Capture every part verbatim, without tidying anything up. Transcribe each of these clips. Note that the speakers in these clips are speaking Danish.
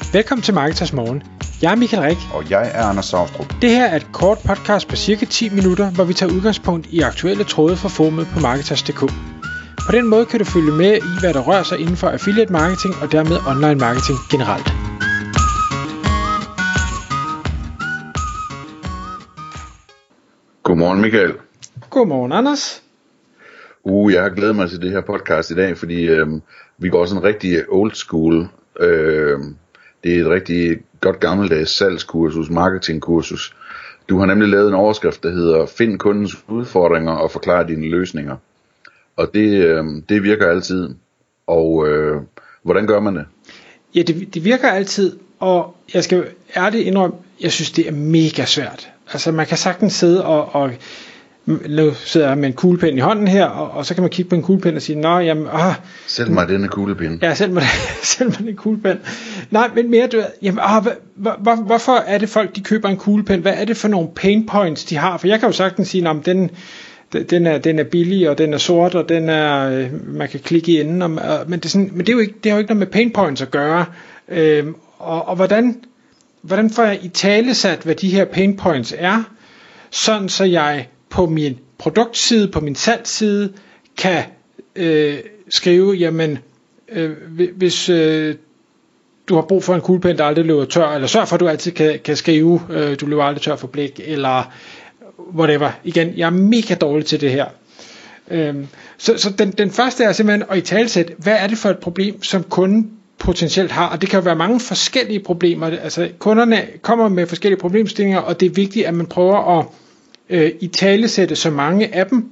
Velkommen til Marketers Morgen. Jeg er Michael Rik. Og jeg er Anders Saustrup. Det her er et kort podcast på cirka ti minutter, hvor vi tager udgangspunkt i aktuelle tråde fra forumet på Marketers punktum d k. På den måde kan du følge med i, hvad der rører sig inden for affiliate marketing og dermed online marketing generelt. Godmorgen Michael. Godmorgen Anders. Uh, jeg har glædet mig til det her podcast i dag, fordi øhm, vi går sådan en rigtig old school. Øhm, det er et rigtig godt gammeldags salgskursus, marketingkursus. Du har nemlig lavet en overskrift, der hedder Find kundens udfordringer og forklar dine løsninger. Og det, øhm, det virker altid. Og øh, hvordan gør man det? Ja, det, det virker altid, og jeg skal ærligt indrømme, jeg synes det er mega svært. Altså man kan sagtens sidde og, og nu sidder jeg med en kuglepen i hånden her, og, og så kan man kigge på en kuglepen og sige, nå, jamen, ah, Sælg mig denne kuglepen. Ja, sælg mig, sælg mig den kuglepen. Nej, men mere, du ved, jamen, ah, hvor, hvor, hvorfor er det folk, de køber en kuglepen? Hvad er det for nogle pain points, de har? For jeg kan jo sagtens sige, at den, den, er, den er billig, og den er sort, og den er, man kan klikke i enden, og, men, det er sådan, men det er jo ikke, det har jo ikke noget med pain points at gøre. Øhm, og, og hvordan, hvordan får jeg i talesat, hvad de her pain points er, sådan så jeg på min produktside, på min salgsside, kan øh, skrive, jamen, øh, hvis øh, du har brug for en kuglepen, der aldrig løber tør, eller sørg for, at du altid kan, kan skrive, øh, du løber aldrig tør for blæk, eller whatever. Igen, jeg er mega dårlig til det her. Øh, så så den, den første er simpelthen at italesætte, hvad er det for et problem, som kunden potentielt har, og det kan jo være mange forskellige problemer. Altså, kunderne kommer med forskellige problemstillinger, og det er vigtigt, at man prøver at øh, italesætte så mange af dem,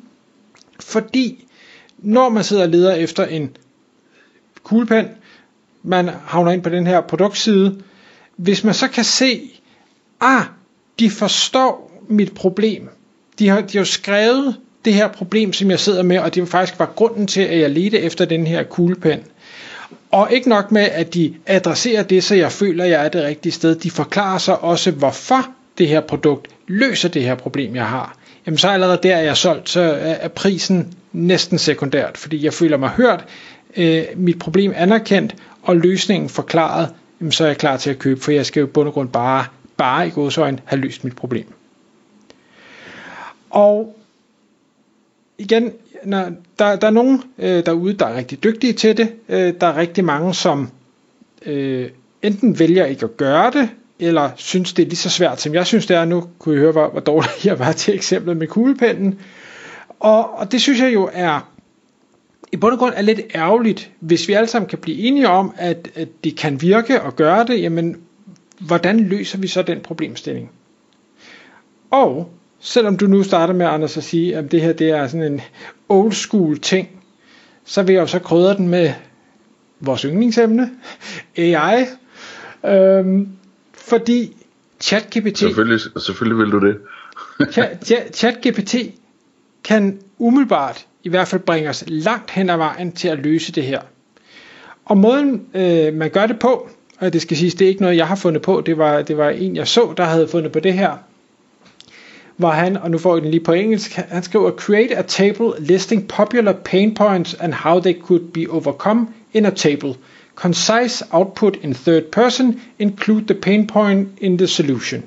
fordi når man sidder og leder efter en kuglepen, man havner ind på den her produktside, hvis man så kan se, ah, de forstår mit problem, de har, de har jo skrevet det her problem, som jeg sidder med, og det faktisk var grunden til, at jeg ledte efter den her kuglepen. Og ikke nok med, at de adresserer det, så jeg føler, at jeg er det rigtige sted. De forklarer så også, hvorfor det her produkt løser det her problem, jeg har. Jamen så allerede der er jeg solgt, så er prisen næsten sekundært, fordi jeg føler mig hørt, øh, mit problem anerkendt, og løsningen forklaret, jamen så er jeg klar til at købe, for jeg skal jo i bund og grund bare, bare i gåseøjne have løst mit problem. Og igen, når der, der er nogen øh, derude, der er rigtig dygtige til det. Øh, der er rigtig mange, som øh, enten vælger ikke at gøre det, eller synes, det er lige så svært, som jeg synes, det er. Nu kunne I høre, hvor, hvor dårligt jeg var til eksemplet med kuglepennen. Og, og det synes jeg jo er, i bund og grund er lidt ærgerligt, hvis vi alle sammen kan blive enige om, at, at det kan virke og gøre det, jamen, hvordan løser vi så den problemstilling? Og selvom du nu starter med, Anders, at sige, at det her det er sådan en old school ting, så vil jeg jo så krydre den med vores yndlingsemne, A I. Øhm, fordi ChatGPT... Selvfølgelig, selvfølgelig vil du det. ChatGPT kan umiddelbart i hvert fald bringe os langt hen ad vejen til at løse det her. Og måden øh, man gør det på, og det skal siges, det er ikke noget, jeg har fundet på, det var, det var en, jeg så, der havde fundet på det her, hvor han, og nu får jeg den lige på engelsk, han skriver, create a table listing popular pain points and how they could be overcome in a table. Concise output in third person, include the pain point in the solution.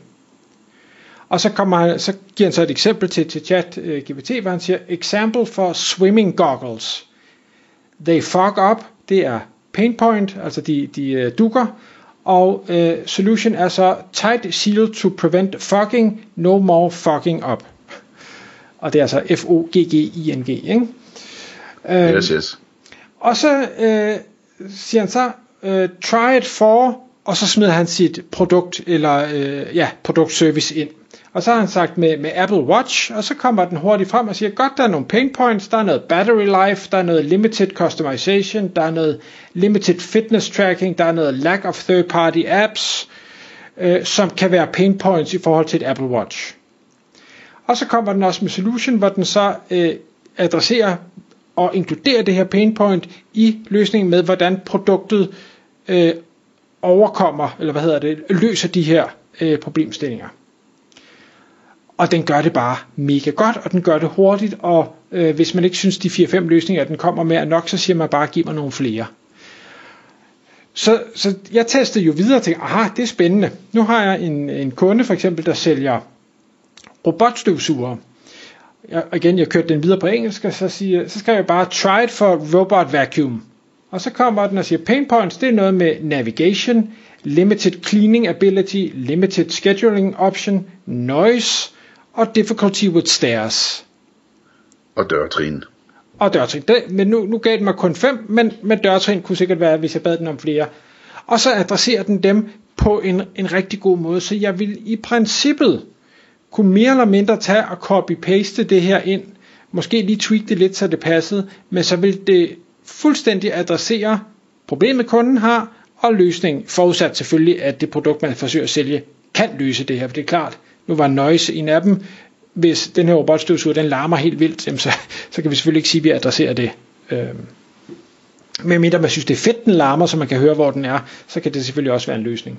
Og så, kommer han, så giver han så et eksempel til, til ChatGPT, hvor han siger, example for swimming goggles. They fog up, det er pain point, altså de, de uh, dukker, og uh, solution er så tight seal to prevent fogging, no more fogging up. Og det er altså F O G G I N G, ikke? Uh, yes, yes. Og så uh, siger han så, uh, try it for, og så smider han sit produkt, eller uh, ja, produktservice ind. Og så har han sagt med, med Apple Watch, og så kommer den hurtigt frem og siger, godt, der er nogle pain points, der er noget battery life, der er noget limited customization, der er noget limited fitness tracking, der er noget lack of third party apps, øh, som kan være pain points i forhold til et Apple Watch. Og så kommer den også med solution, hvor den så øh, adresserer og inkluderer det her pain point i løsningen med, hvordan produktet øh, overkommer, eller hvad hedder det, løser de her øh, problemstillinger. Og den gør det bare mega godt, og den gør det hurtigt, og øh, hvis man ikke synes, de fire fem løsninger, den kommer med er nok, så siger man bare, giv mig nogle flere. Så, så jeg testede jo videre og tænkte, aha, det er spændende. Nu har jeg en, en kunde for eksempel, der sælger robotstøvsugere. Jeg, igen, jeg kørte den videre på engelsk, og så, siger, så skal jeg bare try it for robot vacuum. Og så kommer den og siger, pain points, det er noget med navigation, limited cleaning ability, limited scheduling option, noise og difficulty with stairs. Og dørtrin. Og dørtrin. Det, men nu, nu gav den mig kun fem, men, men dørtrin kunne sikkert være, hvis jeg bad den om flere. Og så adresserer den dem på en, en rigtig god måde, så jeg vil i princippet kunne mere eller mindre tage og copy-paste det her ind, måske lige tweak det lidt, så det passede, men så vil det fuldstændig adressere problemet kunden har, og løsning, forudsat selvfølgelig, at det produkt, man forsøger at sælge, kan løse det her, for det er klart, nu var noise en af dem, hvis den her robotstøvsuger, den larmer helt vildt, så, så kan vi selvfølgelig ikke sige, at vi adresserer det. Men mindre man synes, det er fedt, den larmer, så man kan høre, hvor den er, så kan det selvfølgelig også være en løsning.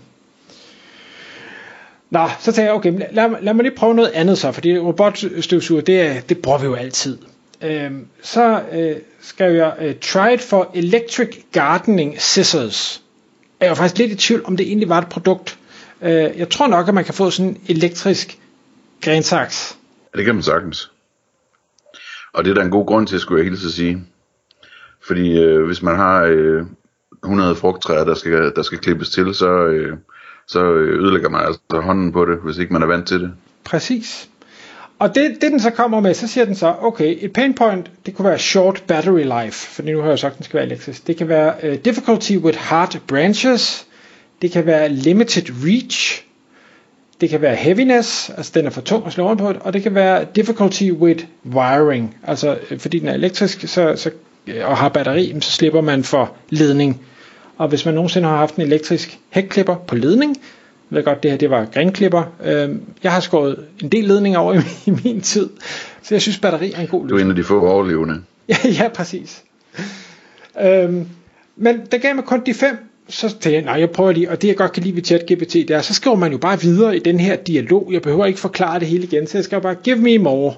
Nå, så tænker jeg, okay, lad, lad mig lige prøve noget andet så, fordi robotstøvsuger, det, det bruger vi jo altid. Øhm, så øh, skal jeg øh, try it for electric gardening scissors. Jeg var faktisk lidt i tvivl, om det egentlig var et produkt. Øh, jeg tror nok, at man kan få sådan en elektrisk grensaks. Ja, det kan man sagtens. Og det er der en god grund til, skulle jeg hilse at sige. Fordi øh, hvis man har øh, hundrede frugttræer, der skal, der skal klippes til, så, øh, så ødelægger man altså hånden på det, hvis ikke man er vant til det. Præcis. Og det, det den så kommer med, så siger den så, okay, et pain point, det kunne være short battery life, for nu har jeg jo sagt, at den skal være elektrisk. Det kan være uh, difficulty with hard branches, det kan være limited reach, det kan være heaviness, altså den er for tung at slå på, og det kan være difficulty with wiring, altså fordi den er elektrisk så, så, og har batteri, så slipper man for ledning. Og hvis man nogensinde har haft en elektrisk hækklipper på ledning, jeg ved godt, det her det var grenklipper. Jeg har skåret en del ledninger over i, i min tid, så jeg synes, batteri er en god løsning. Du er en af de få overlevende. ja, ja, præcis. Øhm, men der gav mig kun de fem, så tænkte jeg, nej, jeg prøver lige, og det jeg godt kan lide ved ChatGPT, det er, så skriver man jo bare videre i den her dialog. Jeg behøver ikke forklare det hele igen, så jeg skriver bare, give me more.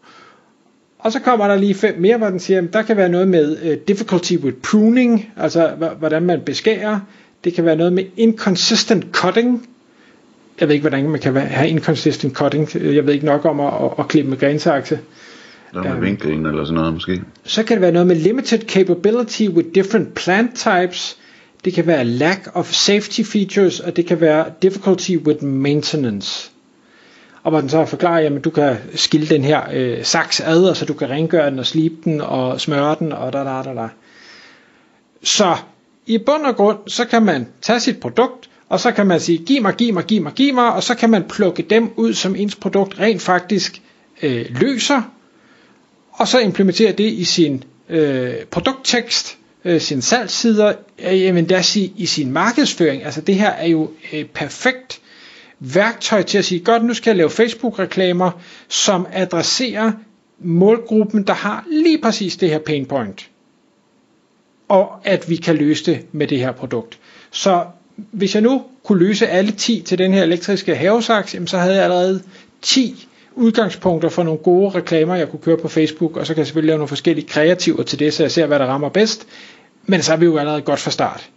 Og så kommer der lige fem mere, hvor den siger, der kan være noget med uh, difficulty with pruning, altså h- hvordan man beskærer. Det kan være noget med inconsistent cutting. Jeg ved ikke, hvordan man kan have inconsistent cutting. Jeg ved ikke nok om at, at, at klippe med grensakse. Noget med vinkling eller sådan noget måske. Så kan det være noget med limited capability with different plant types. Det kan være lack of safety features, og det kan være difficulty with maintenance. Og hvor den så forklarer, jamen du kan skille den her øh, saks ad, og så du kan rengøre den og slibe den og smøre den og da da da da. Så i bund og grund, så kan man tage sit produkt, og så kan man sige, giv mig, giv mig, giv mig, giv mig, og så kan man plukke dem ud, som ens produkt rent faktisk øh, løser, og så implementere det i sin øh, produkttekst, øh, sin salgssider, øh, jeg vil da sige i sin markedsføring. Altså det her er jo et perfekt værktøj til at sige, godt, nu skal jeg lave Facebook-reklamer, som adresserer målgruppen, der har lige præcis det her pain point, og at vi kan løse det med det her produkt. Så hvis jeg nu kunne løse alle ti til den her elektriske havesaks, så havde jeg allerede ti udgangspunkter for nogle gode reklamer, jeg kunne køre på Facebook, og så kan jeg selvfølgelig lave nogle forskellige kreativer til det, så jeg ser, hvad der rammer bedst. Men så er vi jo allerede godt fra start.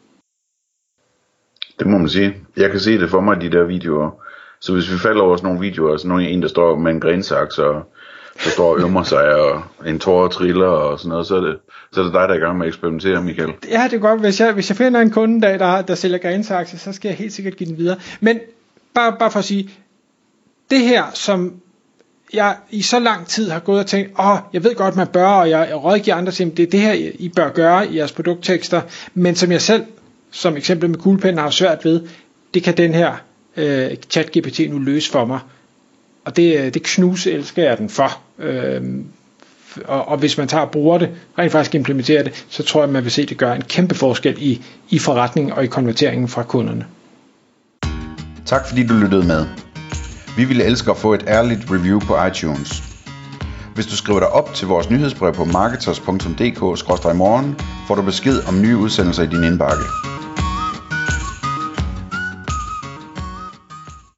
Det må man sige. Jeg kan se det for mig, de der videoer. Så hvis vi falder over sådan nogle videoer, så nogen en, der står med en grensaks, og så står og ømmer sig, og en tårer triller og sådan noget, så er det, så er det dig, der er i gang med at eksperimentere, Michael. Ja, det er godt. Hvis jeg, hvis jeg finder en kunde, der, der, der sælger grensakse, så skal jeg helt sikkert give den videre. Men bare, bare for at sige, det her, som jeg i så lang tid har gået og tænkt, åh, jeg ved godt, man bør, og jeg rådgiver andre til, det er det her, I bør gøre i jeres produkttekster, men som jeg selv, som eksempel med kuglepennen, har svært ved, det kan den her øh, ChatGPT nu løse for mig. Og det, det knuse elsker jeg den for. Øhm, og, og hvis man tager og bruger det, rent faktisk implementerer det, så tror jeg, man vil se, at det gør en kæmpe forskel i, i forretningen og i konverteringen fra kunderne. Tak fordi du lyttede med. Vi ville elske at få et ærligt review på iTunes. Hvis du skriver dig op til vores nyhedsbrev på marketers punktum d k skråstreg morgen, får du besked om nye udsendelser i din indbakke.